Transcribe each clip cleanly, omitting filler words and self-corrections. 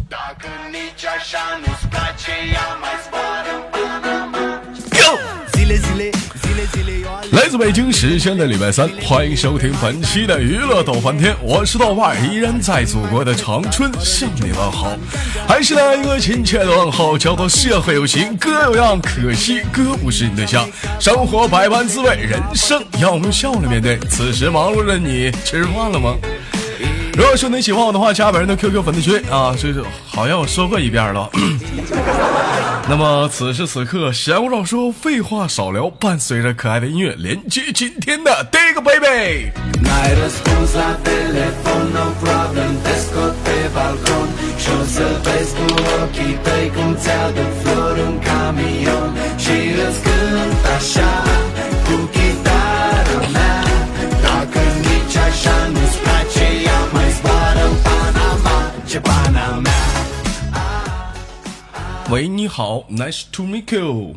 来自北京时间的礼拜三，欢迎收听本期的娱乐逗翻天，我是豆瓣，依然在祖国的长春向你问好，还是那一个亲切的问候，叫做社会有情哥有样，可惜哥不是你对象。生活百般滋味，人生要用笑来面对。此时忙碌的你吃饭了吗？如果说你喜欢我的话，加本人的 QQ 粉丝群啊，这是好像我说过一遍了。那么此时此刻，闲话少说，废话少聊，伴随着可爱的音乐，连接今天的第一个 baby。喂，你好 ，Nice to meet you。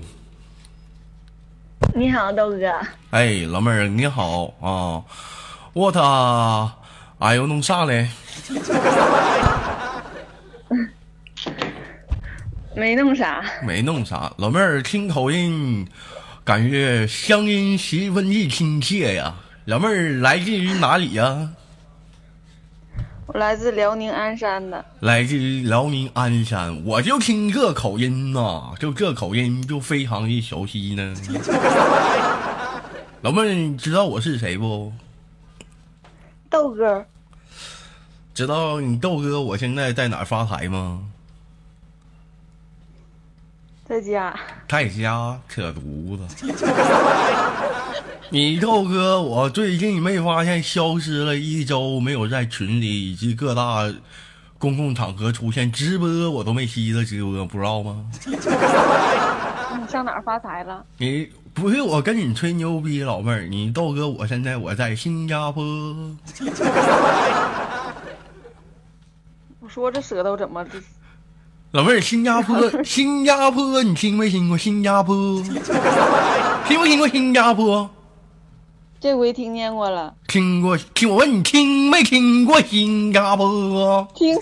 你好，豆哥。 哎，老妹儿，你好啊。What are you 弄啥嘞？ 没弄啥。 没弄啥。老妹儿听口音，感觉乡音十分之亲切呀。老妹儿来自于哪里呀？ 我来自辽宁鞍山的。 来自于辽宁鞍山，我就听这口音呐，就这口音就非常的熟悉呢。老妹儿，你知道我是谁不？ 豆哥。 知道你豆哥我现在在哪儿发财吗？ 在家。 在家扯犊子。你豆哥我最近没发现消失了一周，没有在群里以及各大公共场合出现，直播我都没吸的直播，不知道吗？ 你上哪儿发财了？ 你不是我跟你吹牛逼，老妹儿，你豆哥我现在我在新加坡。 我说这舌头怎么这？ 老妹儿，新加坡，新加坡，你听没听过新加坡？听没听过新加坡？ 这回听见过了。 听过，听我问你听没听过新加坡？ 听。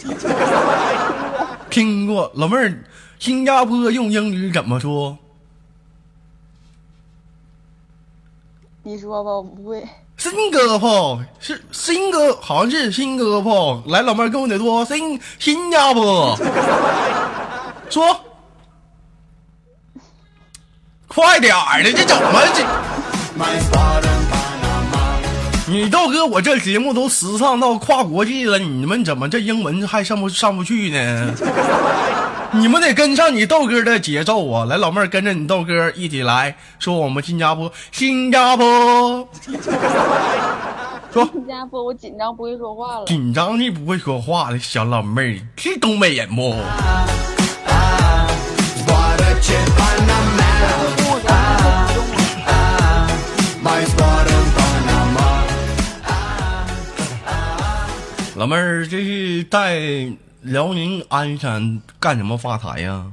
听过，老妹儿，新加坡用英语怎么说？ 你说吧，我不会。 新加坡是新加，好像是新加坡。来，老妹儿跟我得说新加坡，说快点儿的，这怎么这？你豆哥，我这节目都时尚到跨国际了，你们怎么这英文还上不去呢？你们得跟上你豆哥的节奏啊！来，老妹儿跟着你豆哥一起来说我们新加坡，新加坡。说新加坡，我紧张不会说话了。 紧张你不会说话的小老妹儿，是东北人不？老妹儿，这是在辽宁鞍山干什么发财呀？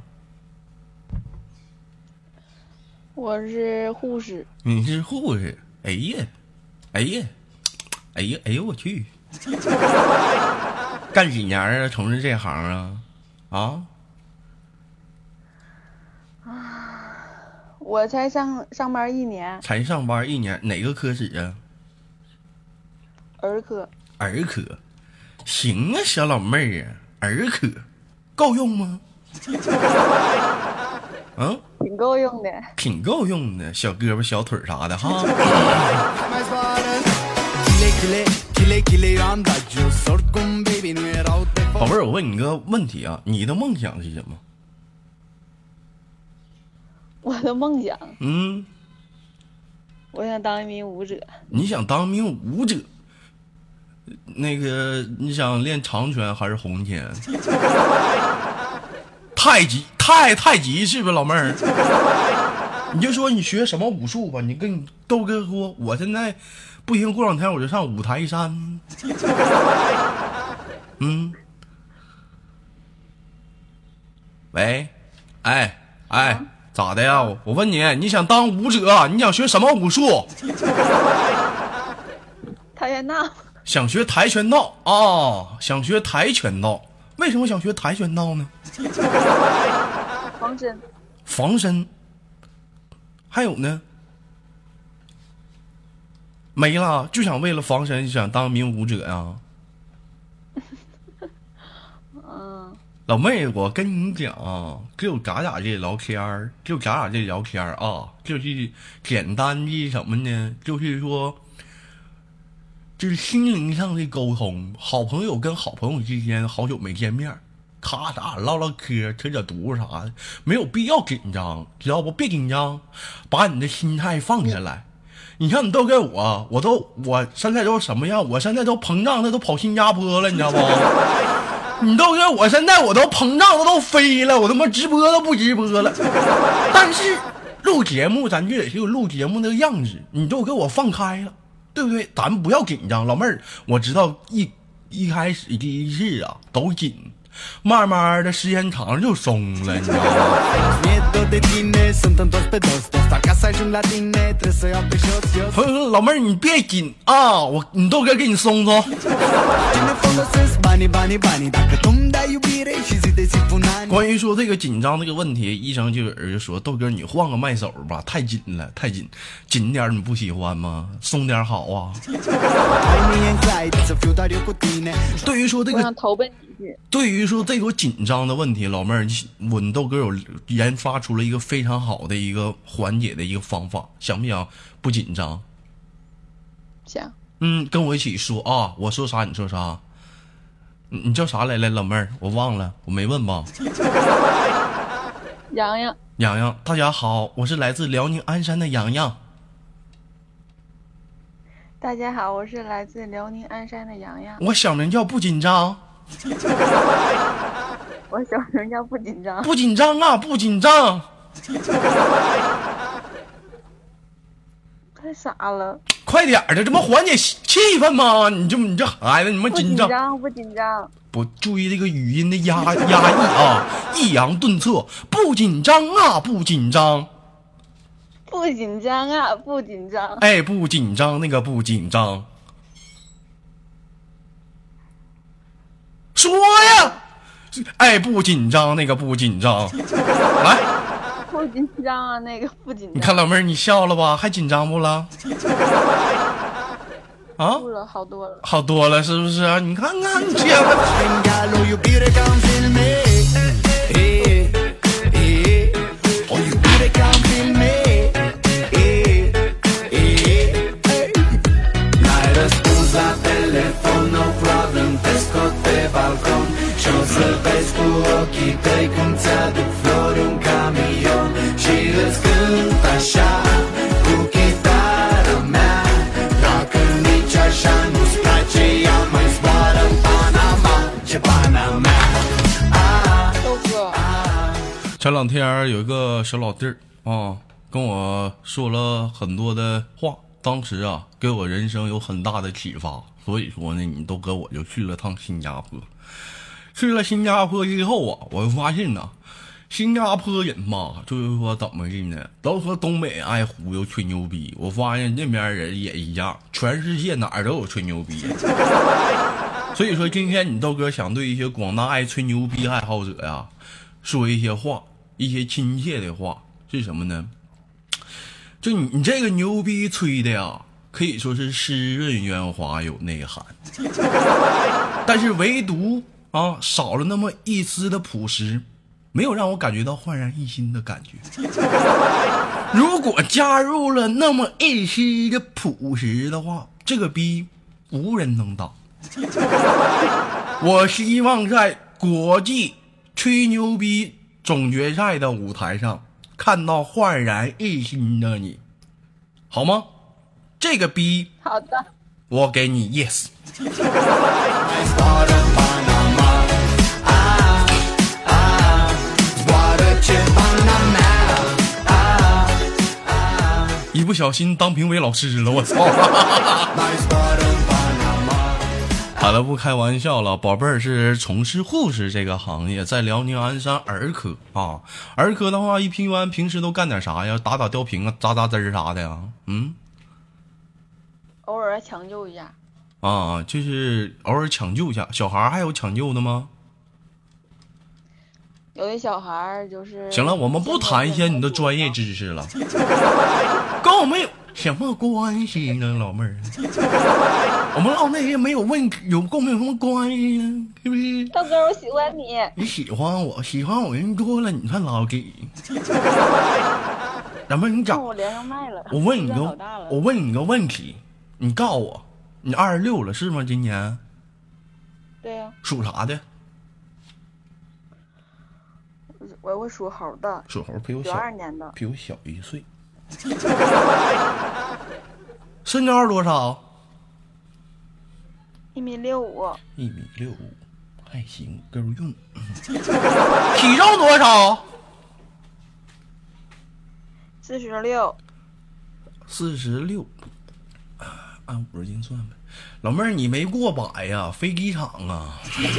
我是护士。 你是护士？哎呀，哎呀，哎呀，哎呦我去！干几年啊？从事这行啊？啊？ 我才上班1年。 才上班1年，哪个科室啊？ 儿科。 儿科。行啊，小老妹儿啊，儿科够用吗？啊， 挺够用的， 挺够用的，小胳膊小腿啥的哈。宝贝儿，我问你个问题啊，你的梦想是什么？ 我的梦想，我想当一名舞者。你想当一名舞者？那个你想练长拳还是红拳？太极是不是老妹儿？你就说你学什么武术吧，你跟你豆哥说，我现在不行，过两天我就上五台山。喂，哎，咋的呀？我问你，你想当舞者，你想学什么武术？ 跆拳道。 想学跆拳道啊？想学跆拳道为什么想学跆拳道呢？ 防身。 防身。还有呢？没了，就想为了防身，想当名武者呀。老妹儿，我跟你讲啊，就咱俩这聊天儿，啊，就是简单的什么呢？就是说，就是心灵上的沟通。好朋友跟好朋友之间好久没见面，咔嚓唠唠嗑，扯扯犊子啥的，没有必要紧张，知道不？别紧张，把你的心态放下来。你看你都给我现在都什么样？我现在都膨胀的都跑新加坡了，你知道不？你都给我现在我都膨胀的都飞了，我他妈直播都不直播了。但是录节目咱就得是有录节目那个样子，你都给我放开了，对不对？咱们不要紧张，老妹儿，我知道一开始第一次啊都紧，慢慢的时间长了就松了，你知道吗？朋友说老妹儿你别紧啊，你豆哥给你松松。关于说这个紧张这个问题，医生就有人就说豆哥你换个麦手吧，太紧了，太紧点你不喜欢吗？松点好啊。对于说这个对于说这个紧张的问题，老妹儿，我们豆哥有研发出了一个非常好的一个缓解的一个方法，想不想不紧张？ 想。 跟我一起说啊，我说啥你说啥。你叫啥来了，老妹儿？我忘了，我没问吧。 洋洋。 洋洋，大家好，我是来自辽宁鞍山的洋洋。 大家好，我是来自辽宁鞍山的洋洋。 我小名叫不紧张。 我小名叫不紧张。 不紧张啊，不紧张。 太傻了。 快点的，这不缓解气氛吗？你这孩子，你们紧张？ 不紧张。 不注意这个语音的压抑啊，抑扬顿挫。不紧张啊，不紧张。 不紧张啊，不紧张。 哎，不紧张，那个不紧张。说呀！哎，不紧张，那个不紧张。来。 不紧张啊，那个不紧张。 你看老妹儿，你笑了吧？还紧张不了？啊， 好多了， 好多了，是不是啊？你看看你这个。前两天有一个小老弟儿啊，跟我说了很多的话，当时啊给我人生有很大的启发，所以说呢，你都跟我就去了趟新加坡。去了新加坡之后啊，我就发现呢，新加坡人嘛，就是说怎么的呢？都说东北爱忽悠吹牛逼，我发现那边人也一样，全世界哪儿都有吹牛逼。所以说今天你豆哥想对一些广大爱吹牛逼爱好者呀，说一些话，一些亲切的话，是什么呢？就你这个牛逼吹的呀，可以说是湿润圆滑有内涵，但是唯独啊少了那么一丝的朴实，没有让我感觉到焕然一新的感觉。如果加入了那么一丝的朴实的话，这个逼无人能挡。我希望在国际吹牛逼总决赛的舞台上看到焕然一新的你，好吗？这个逼好的， 我给你 yes。 一不小心当评委老师了，我操。好了，不开玩笑了，宝贝儿是从事护士这个行业，在辽宁鞍山儿科啊。儿科的话，一般平时都干点啥呀？打吊瓶啊，扎针儿啥的呀？ 偶尔抢救一下。 啊，就是偶尔抢救一下。小孩还有抢救的吗？ 有的小孩就是行了，我们不谈一些你的专业知识了，跟我们有什么关系呢，老妹儿？我们唠那些没有问题，跟我们有什么关系呢？是不是？ 豆哥，我喜欢你。 你喜欢我，喜欢我人多了，你还老给。老妹儿，你讲， 我连上麦了。 我问你个问题，你告诉我，你26了是吗？今年？ 对呀、 属啥的？ 我属猴的。 属猴比我小 92年的。 比我小1岁。身高多少 1.65米。 1.65米，还行，够用。体重多少 46。 46，按50斤算呗。老妹儿，你没过百呀，飞机场啊。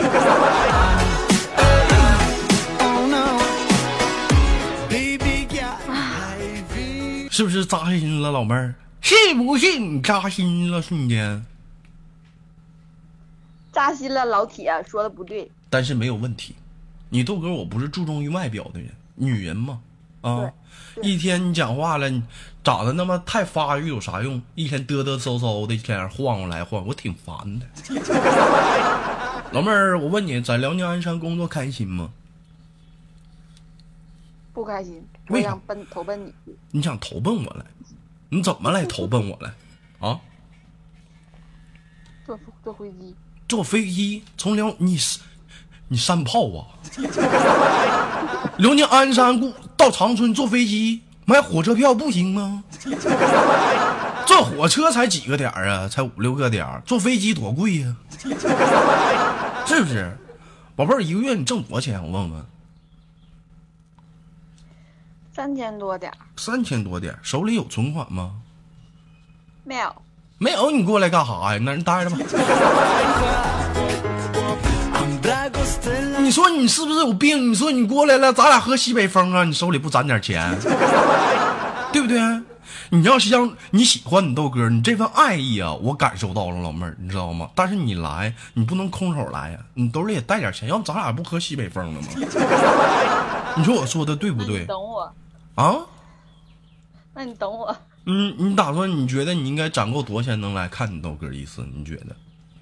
是不是扎心了，老妹儿？信不信你扎心了？瞬间扎心了，老铁说的不对。 但是没有问题，你豆哥我不是注重于外表的人，女人嘛，啊，一天你讲话了，你长得那么太发育有啥用？一天嘚嘚嗖嗖的，一天晃过来晃，我挺烦的。老妹儿，我问你，在辽宁鞍山工作开心吗？ 不开心，我想投奔你。 你想投奔我来？你怎么来投奔我来？啊？ 坐飞机。 坐飞机从你山炮啊？辽宁鞍山到长春坐飞机，买火车票不行吗？坐火车才几个点啊？才5、6个点，坐飞机多贵呀、是不是？宝贝儿，一个月你挣多少钱？我问问。 3000多点。 3000多点，手里有存款吗？ 没有。 没有，你过来干啥呀？那人待着吧。你说你是不是有病？你说你过来了，咱俩喝西北风啊？你手里不攒点钱，对不对？你要是像你喜欢你豆哥，你这份爱意啊，我感受到了，老妹儿，你知道吗？但是你来，你不能空手来呀，你兜里也带点钱，要不咱俩不喝西北风了吗？你说我说的对不对？ 你等我啊？ 那你等我。 你打算你觉得你应该攒够多少钱能来看你豆哥一次？你觉得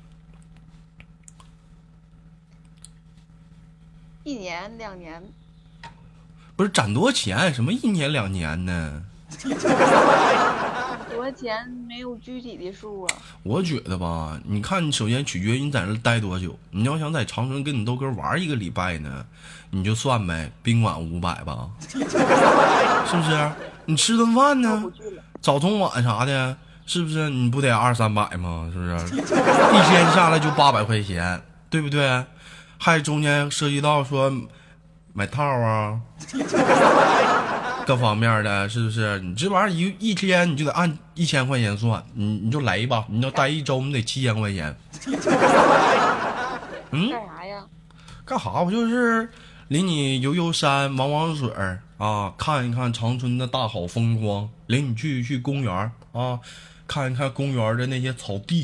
1年2年？ 不是攒多少钱？什么1年2年呢？ 多少钱没有具体的数啊？ 我觉得吧，你看，你首先取决于你在这待多久。你要想在长春跟你豆哥玩1个礼拜呢，你就算呗，宾馆500吧，是不是？你吃顿饭呢，早中晚啥的，是不是？你不得200、300吗？是不是？一天下来就800块钱，对不对？还中间涉及到说买套啊，各方面的，是不是？你这玩意儿一天你就得按1000块钱算，你就来吧，你要待1周，你得7000块钱。 干啥呀？ 干啥？我就是领你游山，玩水啊，看一看长春的大好风光，领你去公园啊，看一看公园的那些草地，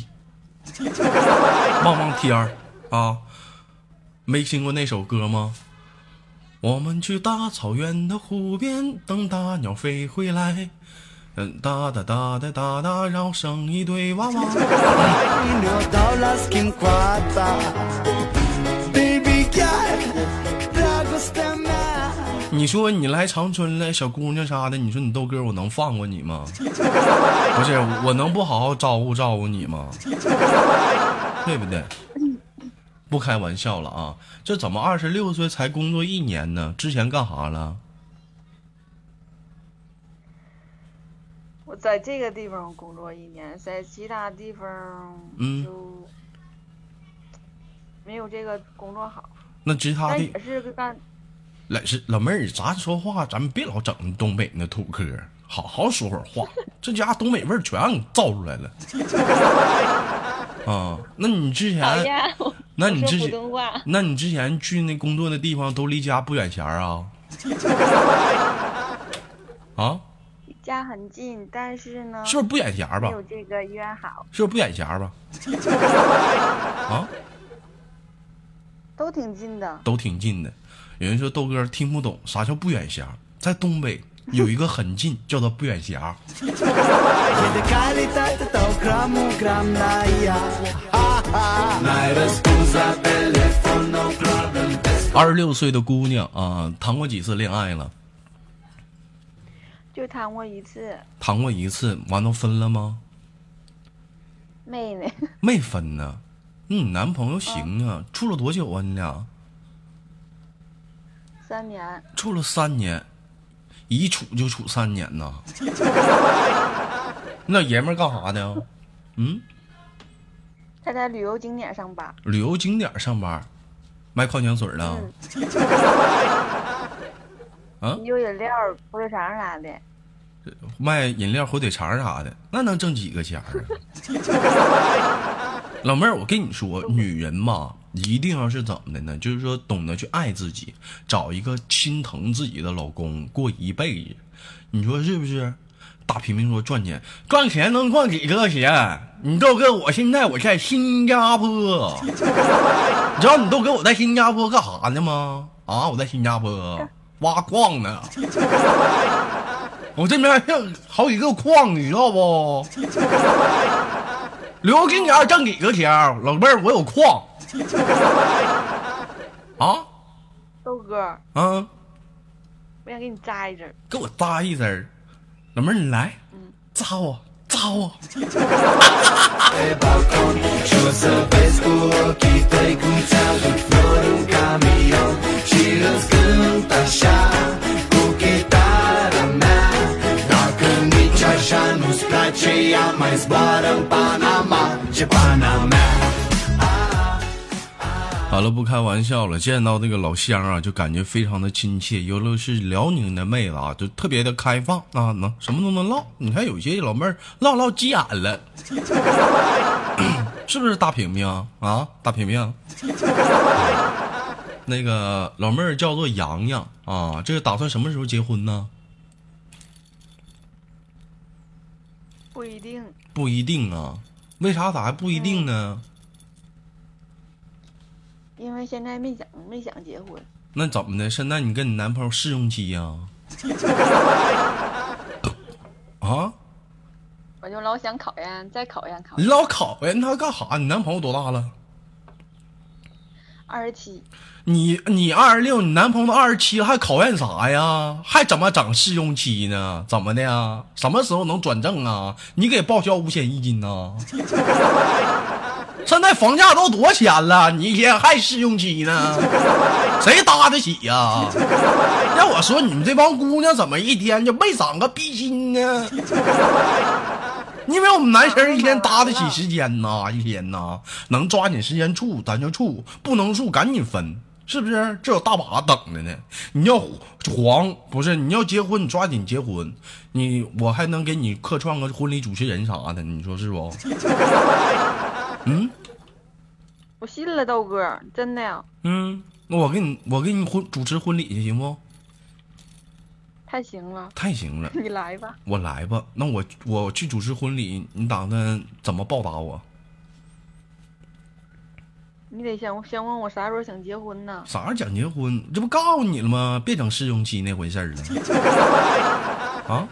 望天啊。没听过那首歌吗？我们去大草原的湖边，等大鸟飞回来，哒哒哒哒哒哒，绕生一堆娃娃。你说你来长春了，小姑娘啥的，你说你豆哥我能放过你吗？不是，我能不好好照顾你吗？对不对？不开玩笑了啊！这怎么26岁才工作1年呢？之前干啥了？ 我在这个地方工作1年，在其他地方就没有这个工作好。 那其他的也是干。 老妹儿，咱说话咱们别老整东北那土嗑，好好说会儿话。这家东北味儿全让你造出来了。啊，那你之前，那你之前去那工作的地方都离家不远钱啊？啊？ 离家很近，但是呢， 是不是不远钱吧？ 没有这个医院好。 是不是不远钱吧？啊？ 都挺近的， 都挺近的。有人说豆哥听不懂啥叫不远辖，在东北有一个很近，叫做不远辖。26岁的姑娘啊，谈过几次恋爱了？ 就谈过一次。 谈过一次，完都分了吗？ 没呢。 没分呢。你男朋友行啊，处了多久啊？你俩 ？3年。 处了3年，一处就处3年呐。那爷们儿干啥的？ 他在旅游景点上班。 旅游景点上班，卖矿泉水的。 有饮料、火腿肠啥的。 卖饮料、火腿肠啥的，那能挣几个钱啊？老妹儿，我跟你说，女人嘛，一定要是怎么的呢？就是说，懂得去爱自己，找一个心疼自己的老公，过一辈子。你说是不是？大平平说赚钱能赚几个钱？你豆哥，我现在我在新加坡，你知道你豆哥我在新加坡干啥呢吗？啊，我在新加坡挖矿呢。我这边还有好几个矿，你知道不？旅游景点挣几个钱？老妹儿，我有矿。啊， 豆哥。我想给你扎一针。 给我扎一针。老妹儿，你来。扎我。好了，不开玩笑了，见到那个老乡啊，就感觉非常的亲切。有的是辽宁的妹子啊，就特别的开放啊，能什么都能唠。你看有些老妹儿唠急眼了，是不是大平平啊？大平平，那个老妹儿叫做洋洋啊，这个打算什么时候结婚呢？不一定啊，为啥咋还不一定呢？ 因为现在没想结婚。 那怎么的？现在你跟你男朋友试用期呀？啊？ 我就老想考研，再考研。 你老考研他干啥？你男朋友多大了 ？27。 你26，你男朋友都27了，还考验啥呀？还怎么整试用期呢？怎么的呀？什么时候能转正啊？你给报销五险一金呢？现在房价都多钱了，你一天还试用期呢？谁搭得起呀？要我说，你们这帮姑娘怎么一天就没长个逼心呢？因为我们男生一天搭得起时间呐，一天呐，能抓紧时间处咱就处，不能处赶紧分，是不是？这有大把等着呢。你要黄不是？你要结婚，你抓紧结婚。我还能给你客串个婚礼主持人啥的，你说是不？ 我信了，豆哥，真的呀。 我给你主持婚礼去，行不？ 太行了， 太行了。 你来吧。 我来吧。那我去主持婚礼，你打算怎么报答我？ 你得先问我啥时候想结婚呢？ 啥时候想结婚？这不告诉你了吗？别整试用期那回事儿了。啊？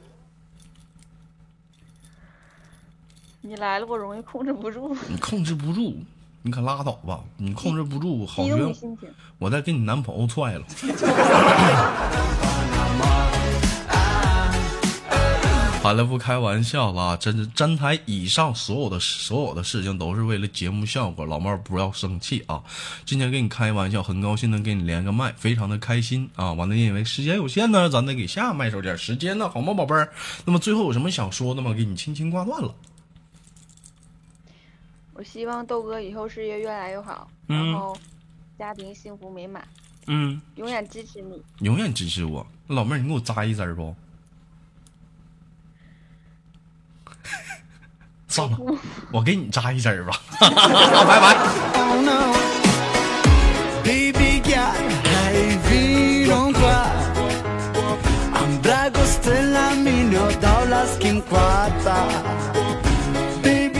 你来了，我容易控制不住。 你控制不住，你可拉倒吧！你控制不住，好像我再给你男朋友踹了。好了，不开玩笑了，真台以上所有的事情都是为了节目效果，老妹儿不要生气啊！今天跟你开玩笑，很高兴能给你连个麦，非常的开心啊！完了，因为时间有限呢，咱得给下麦手点时间呢，好吗，宝贝儿？那么最后有什么想说的吗？给你轻轻挂断了。 我希望豆哥以后事业越来越好，然后家庭幸福美满。永远支持你， 永远支持我。老妹儿，你给我扎一针不？算了，我给你扎一针吧。拜拜。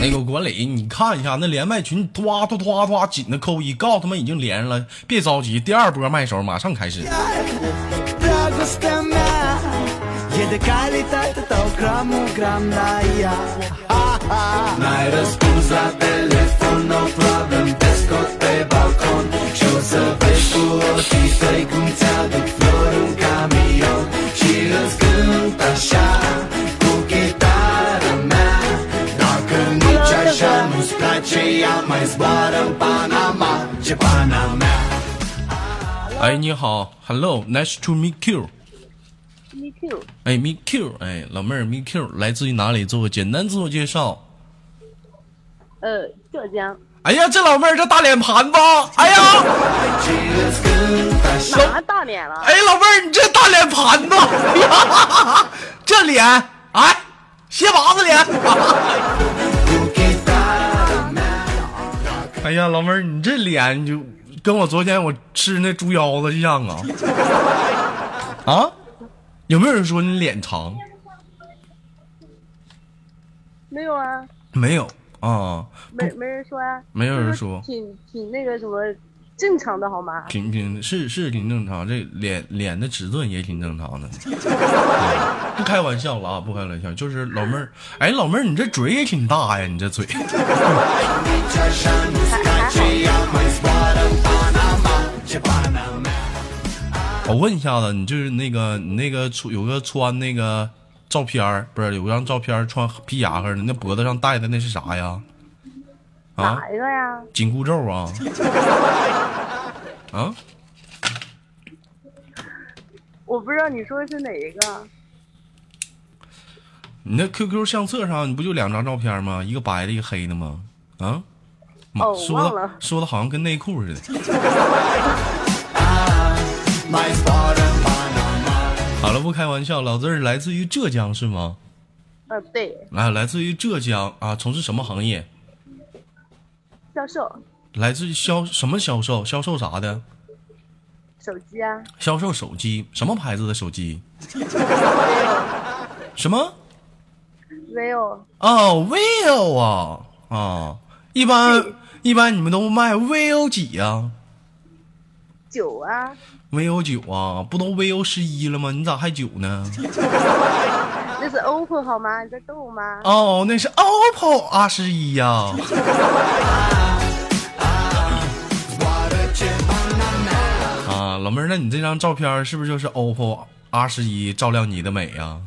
那个管理，你看一下那连麦群，突紧的扣一，告诉他们已经连上了，别着急，第二波麦手马上开始。哎，你好 ，Hello， nice to meet you。Me too。哎 ，Me Q， 哎，老妹儿 Me Q， 来自于哪里？做个简单自我介绍。 浙江。 哎呀，这老妹儿这大脸盘子，哎呀， 哪大脸了？ 哎，老妹儿你这大脸盘子，哎呀，这脸，哎，鞋拔子脸。哎呀，老妹儿你这脸就跟我昨天我吃那猪腰子像啊。啊？有没有人说你脸长？ 没有啊。 没有啊。 没人说啊。 没有人说。 挺那个什么正常的好吗？ 是挺正常，这脸的尺寸也挺正常的。不开玩笑了啊，不开玩笑，就是老妹儿，哎，老妹儿你这嘴也挺大呀，你这嘴。我问一下子，你就是你那个有个穿那个照片，不是有张照片穿皮夹克的，那脖子上戴的那是啥呀？啊？ 哪一个呀？ 紧箍咒啊？啊？ 我不知道你说的是哪一个。 你那 QQ 相册上你不就两张照片吗？一个白的，一个黑的吗？啊？ 哦，忘了。 说的好像跟内裤似的。好了，不开玩笑，老子是来自于浙江是吗？ 对。 啊，来自于浙江啊，从事什么行业？ 销售。 来自于什么销售？销售啥的？ 手机啊。 销售手机，什么牌子的手机？什么 ？vivo。 哦 ，vivo 啊啊，一般你们都卖 vivo 几呀 ？9啊。 vivo 9啊，不都 vivo 11了吗？你咋还9呢？ 那是 OPPO 好吗？你在逗我吗？ 哦，那是 OPPO R11呀。啊，老妹儿，那你这张照片是不是就是 OPPO R11照亮你的美呀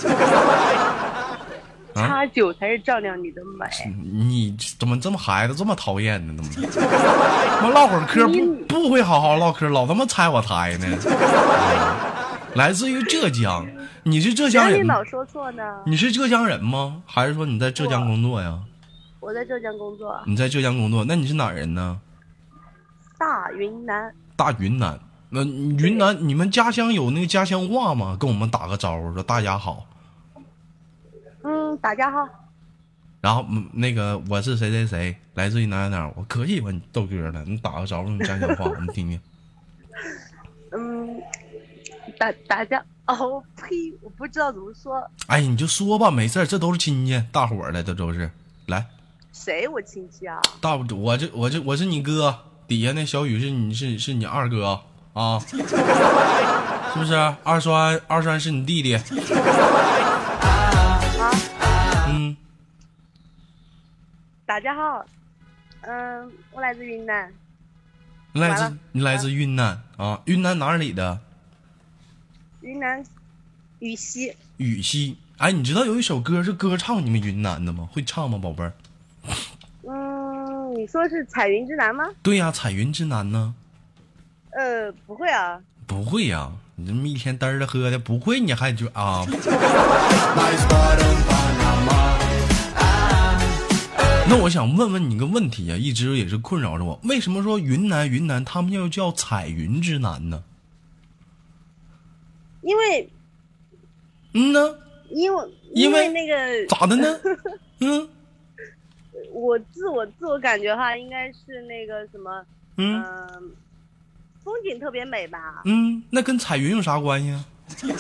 ？X9才是照亮你的美。 你怎么这么孩子这么讨厌呢？怎么？我唠会儿嗑不会好好唠嗑，老他妈拆我台呢。来自于浙江，你是浙江人？ 你老说错呢。 你是浙江人吗？还是说你在浙江工作呀？ 我在浙江工作。 你在浙江工作，那你是哪人呢？ 大云南。 大云南，那云南你们家乡有那个家乡话吗？跟我们打个招呼，说大家好。 大家好。 然后那个我是谁谁谁，来自于哪哪哪，我可喜欢你豆哥了，你打个招呼，用家乡话，我们听听。 大家哦呸，我不知道怎么说。 哎，你就说吧，没事，这都是亲戚，大伙儿的，这都是。来。 谁我亲戚啊？ 我是你哥，底下那小雨是你二哥啊，是不是？二栓是你弟弟。 大家好，我来自云南。 你来自云南啊？云南哪里的？ 云南羽西。 羽西，哎，你知道有一首歌是歌唱你们云南的吗？会唱吗，宝贝儿？ 你说是彩云之南吗？ 对呀，彩云之南呢？ 不会啊。 不会呀，你这么一天嘚儿的喝的，不会你还就啊？那我想问问你个问题啊，一直也是困扰着我，为什么说云南他们要叫彩云之南呢？ 因为那个咋的呢？ 我自我感觉哈，应该是那个什么，风景特别美吧。 那跟彩云有啥关系啊？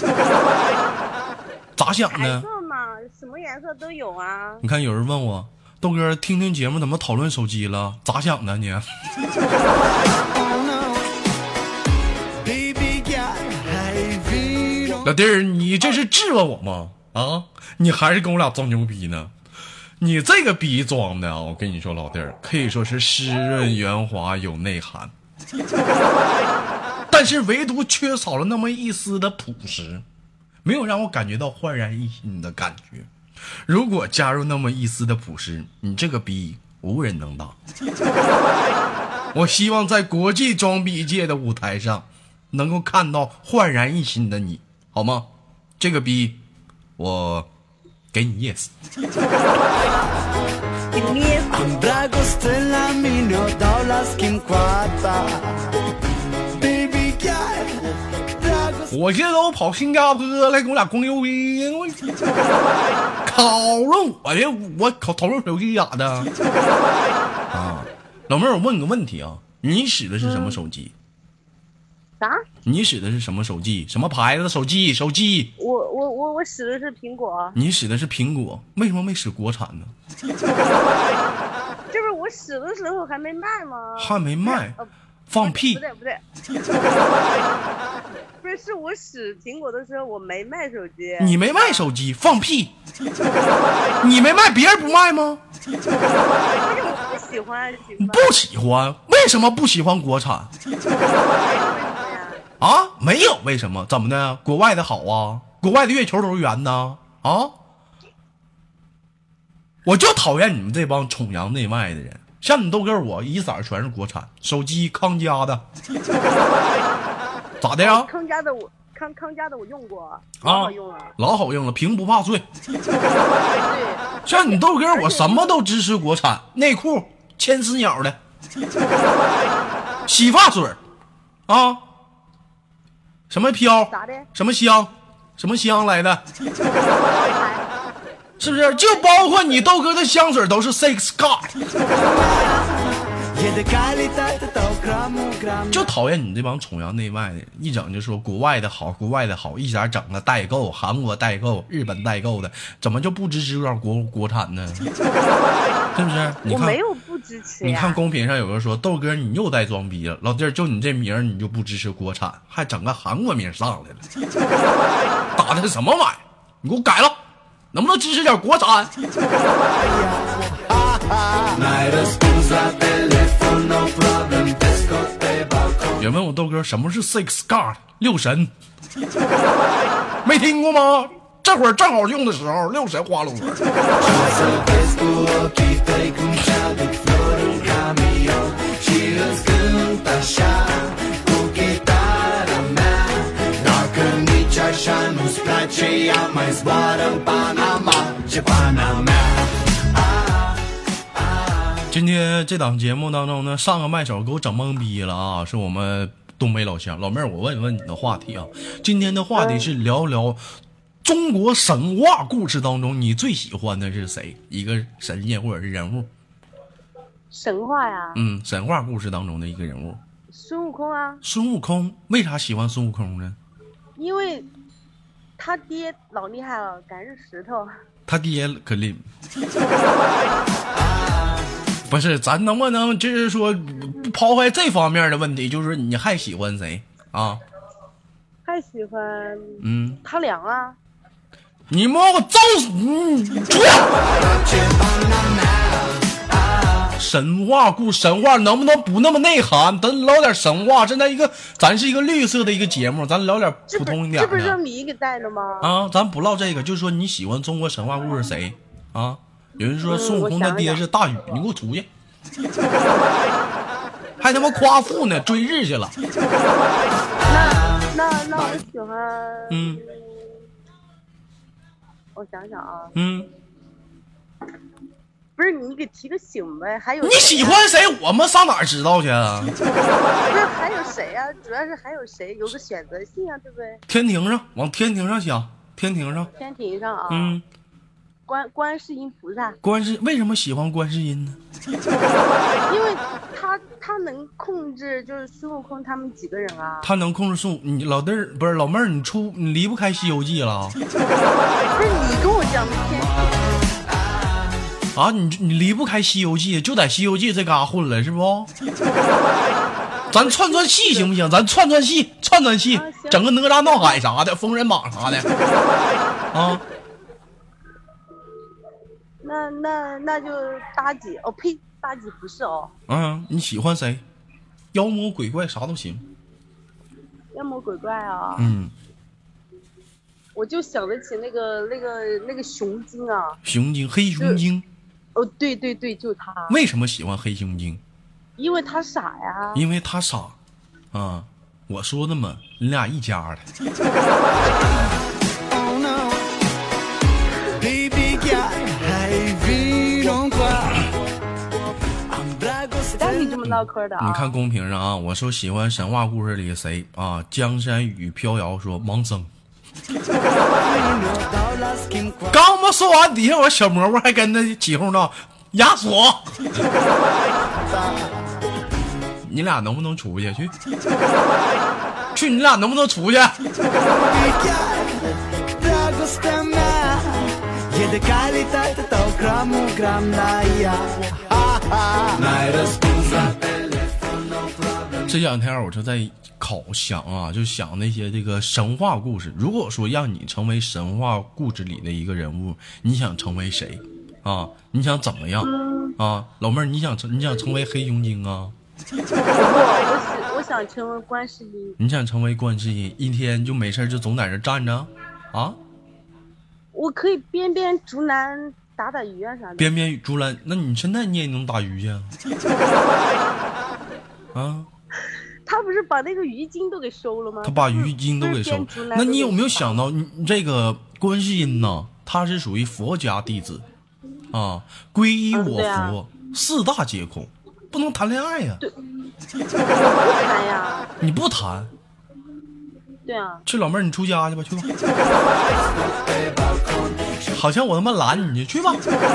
咋想的？ 彩色嘛，什么颜色都有啊。 你看有人问我， 豆哥听听节目怎么讨论手机了？咋想的你？老弟儿，你这是质问我吗？啊，你还是跟我俩装牛逼呢？你这个逼装的啊，我跟你说，老弟儿可以说是湿润圆滑有内涵，但是唯独缺少了那么一丝的朴实，没有让我感觉到焕然一新的感觉。如果加入那么一丝的朴实，你这个逼无人能挡。我希望在国际装逼界的舞台上能够看到焕然一新的你，好吗？这个逼我给你 yes。 我现在都跑新加坡来跟我俩光溜逼，我讨论我的，我讨论手机咋的啊？老妹儿，我问个问题啊，你使的是什么手机？ 啥？ 你使的是什么手机？什么牌子的手机？ 我使的是苹果。 你使的是苹果，为什么没使国产呢？ 就是我使的时候还没卖吗？ 还没卖？放屁！ 不对，不是，是我使苹果的时候我没卖手机。 你没卖手机？放屁！你没卖，别人不卖吗？ 我不喜欢。 不喜欢？为什么不喜欢国产？啊，没有为什么？怎么的？国外的好啊，国外的月球都是圆的啊！我就讨厌你们这帮崇洋媚外的人，像你豆哥我一色全是国产手机，康佳的，咋的呀？ 康佳的我康佳的我用过， 老好用了，老好用了，屏不怕碎。对，像你豆哥我什么都支持国产，内裤千丝鸟的，洗发水啊。什么飘？什么香？什么香来的？是不是？就包括你豆哥的香水都是 Six God。就讨厌你这帮崇洋媚外的，一整就说国外的好，国外的好，一点整的代购，韩国代购，日本代购的，怎么就不支持点国产呢？是不是？你看我没有不支持呀。 你看公屏上有人说豆哥你又在装逼了，老弟儿就你这名你就不支持国产，还整个韩国名上来了，打的是什么玩意儿？你给我改了，能不能支持点国产？有问我豆哥什么是 Six God 六神？没听过吗？这会儿正好用的时候，六神花轮。今天这档节目当中呢，上个麦手给我整懵逼了啊！是我们东北老乡老妹儿，我问你的话题啊，今天的话题是聊聊中国神话故事当中你最喜欢的是谁？一个神仙或者是人物？ 神话呀？ 神话故事当中的一个人物。 孙悟空啊。 孙悟空为啥喜欢孙悟空呢？ 因为他爹老厉害了，敢是石头。 他爹可厉不是，咱能不能就是说抛开这方面的问题，就是你还喜欢谁啊？ 还喜欢他俩啊。 你摸我揍死你！出来！神话神话能不能不那么内涵？咱聊点神话。现在咱是一个绿色的一个节目，咱聊点普通一点的。 这不是让你给带的吗？ 啊，咱不唠这个，就是说你喜欢中国神话故事谁啊？有人说孙悟空的爹是大禹，你给我出去！还他妈夸父呢，追日去了。 那我喜欢我想想啊不是你给提个醒呗？还有你喜欢谁？我们上哪儿知道去啊？ 不是还有谁啊？主要是还有谁有个选择性啊，对不对？ 天庭上，往天庭上想，天庭上啊。观世音菩萨。 为什么喜欢观世音呢？ 因为他能控制，就是孙悟空他们几个人啊。 他能控制孙悟，你老弟儿不是老妹儿，你离不开《西游记》了。 不是你跟我讲的天啊，你离不开《西游记》，就在《西游记》这嘎混了是不？咱串戏行不行？咱串戏，整个哪吒闹海啥的，封神榜啥的啊。 那就妲己哦，呸，妲己不是哦。 你喜欢谁？妖魔鬼怪啥都行。 妖魔鬼怪啊。我就想得起那个熊精啊。 熊精，黑熊精。 哦，对，就他。 为什么喜欢黑熊精？ 因为他傻呀。 因为他傻啊！我说的嘛，你俩一家的。 但你这么唠嗑的啊？ 你看公屏上啊，我说喜欢神话故事里谁啊？江山雨飘摇说盲僧。刚没说完，底下我小蘑菇还跟着起哄呢，亚索。你俩能不能出去？去！你俩能不能出去？这两天我就在想啊，就想那些这个神话故事。如果说让你成为神话故事里的一个人物，你想成为谁啊？你想怎么样啊？老妹儿，你想成为黑熊精啊？ 我想成为观世音。 你想成为观世音，一天就没事就总在这站着啊？ 我可以边竹篮打鱼啊啥的。 边竹篮，那你现在你也能打鱼去啊？ 他不是把那个鱼精都给收了吗？ 他把鱼精都给收。那你有没有想到，你这个观世音呢？他是属于佛家弟子啊，皈依我佛，四大皆空，不能谈恋爱呀。 对，我不谈呀。 你不谈？ 对啊。 去，老妹儿，你出家去吧，去吧。好像我他妈拦你去吧。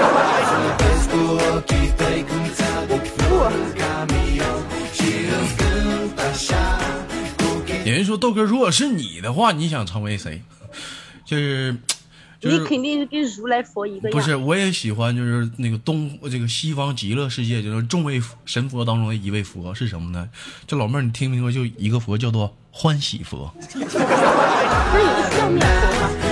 有人说豆哥，如果是你的话，你想成为谁？就是你肯定是跟如来佛一个样。 不是，我也喜欢，就是那个这个西方极乐世界，就是众位神佛当中的一位佛是什么呢？这老妹儿，你听没听说？就一个佛叫做欢喜佛。 那有个笑面佛吗？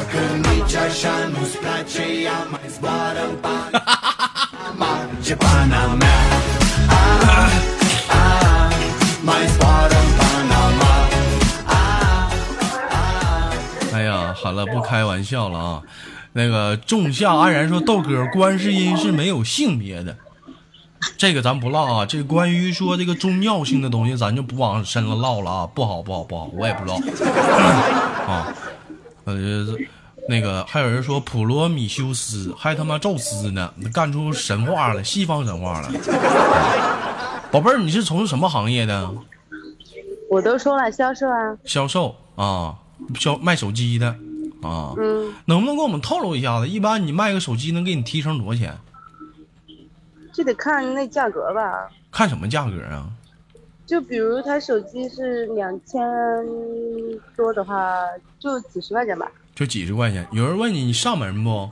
哎呀，好了，不开玩笑了啊。那个仲夏安然说，豆哥，观世音是没有性别的，这个咱不唠啊。这关于说这个宗教性的东西，咱就不往深了唠了啊，不好，我也不唠啊。那个还有人说普罗米修斯，还他妈宙斯呢，干出神话了，西方神话了。宝贝儿，你是从事什么行业的？ 我都说了，销售啊。 销售啊，卖手机的啊。能不能给我们透露一下子？一般你卖个手机能给你提成多少钱？ 这得看那价格吧。 看什么价格啊？ 就比如他手机是2000多的话，就几十块钱吧。 就几十块钱。有人问你上门不？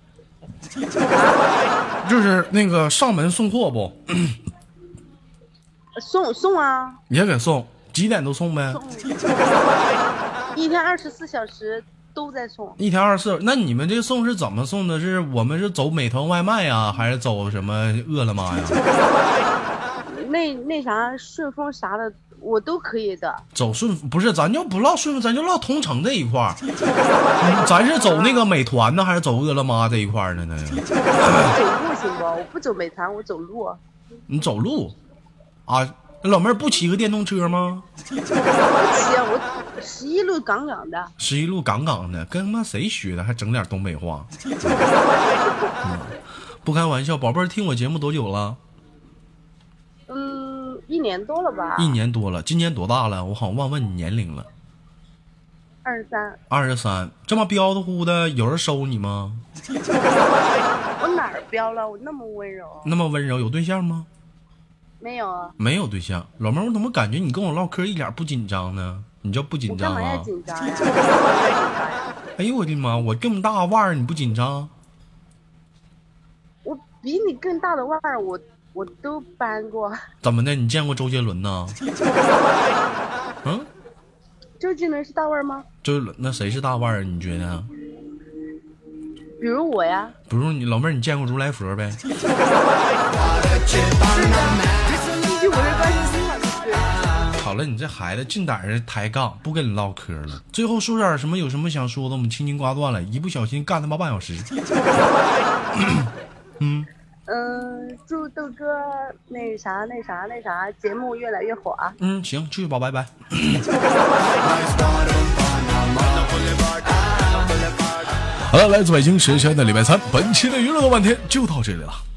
就是那个上门送货不？ 送啊， 也给送，几点都送呗。 一天24小时都在送。 一天24，那你们这送是怎么送的？是我们是走美团外卖呀，还是走什么饿了么呀？ 那啥顺丰啥的我都可以的。 走顺不是，咱就不唠顺丰，咱就唠同城这一块儿。咱是走那个美团呢，还是走饿了么这一块儿的呢？ 走路行不？我不走美团，我走路。 你走路啊？老妹儿不骑个电动车吗？ 不骑，我11路杠杠的。 11路杠杠的，跟他妈谁学的？还整点东北话。不开玩笑，宝贝儿，听我节目多久了 ？1年多了吧。 1年多了，今年多大了？我好像忘问你年龄了。23，这么彪的乎的，有人收你吗？ 我哪儿彪了？我那么温柔。 那么温柔，有对象吗？ 没有啊。 没有对象。老妹儿，我怎么感觉你跟我唠嗑一点不紧张呢？你这不紧张啊？ 我干嘛要紧张呀？ 哎呦我的妈！我这么大腕儿，你不紧张？ 比你更大的腕儿，我都搬过。 怎么的？你见过周杰伦呢？嗯， 周杰伦是大腕儿吗？ 周杰伦那谁是大腕儿？你觉得？ 比如我呀。 比如你老妹儿，你见过如来佛呗？好了，你这孩子净在这抬杠，不跟你唠嗑了。最后说点什么？有什么想说的？我们轻轻挂断了，一不小心干他妈半小时。 祝豆哥那啥，节目越来越火啊！ 行，去吧，拜拜。好了，来自北京时间的礼拜三，本期的娱乐豆瓣天就到这里了。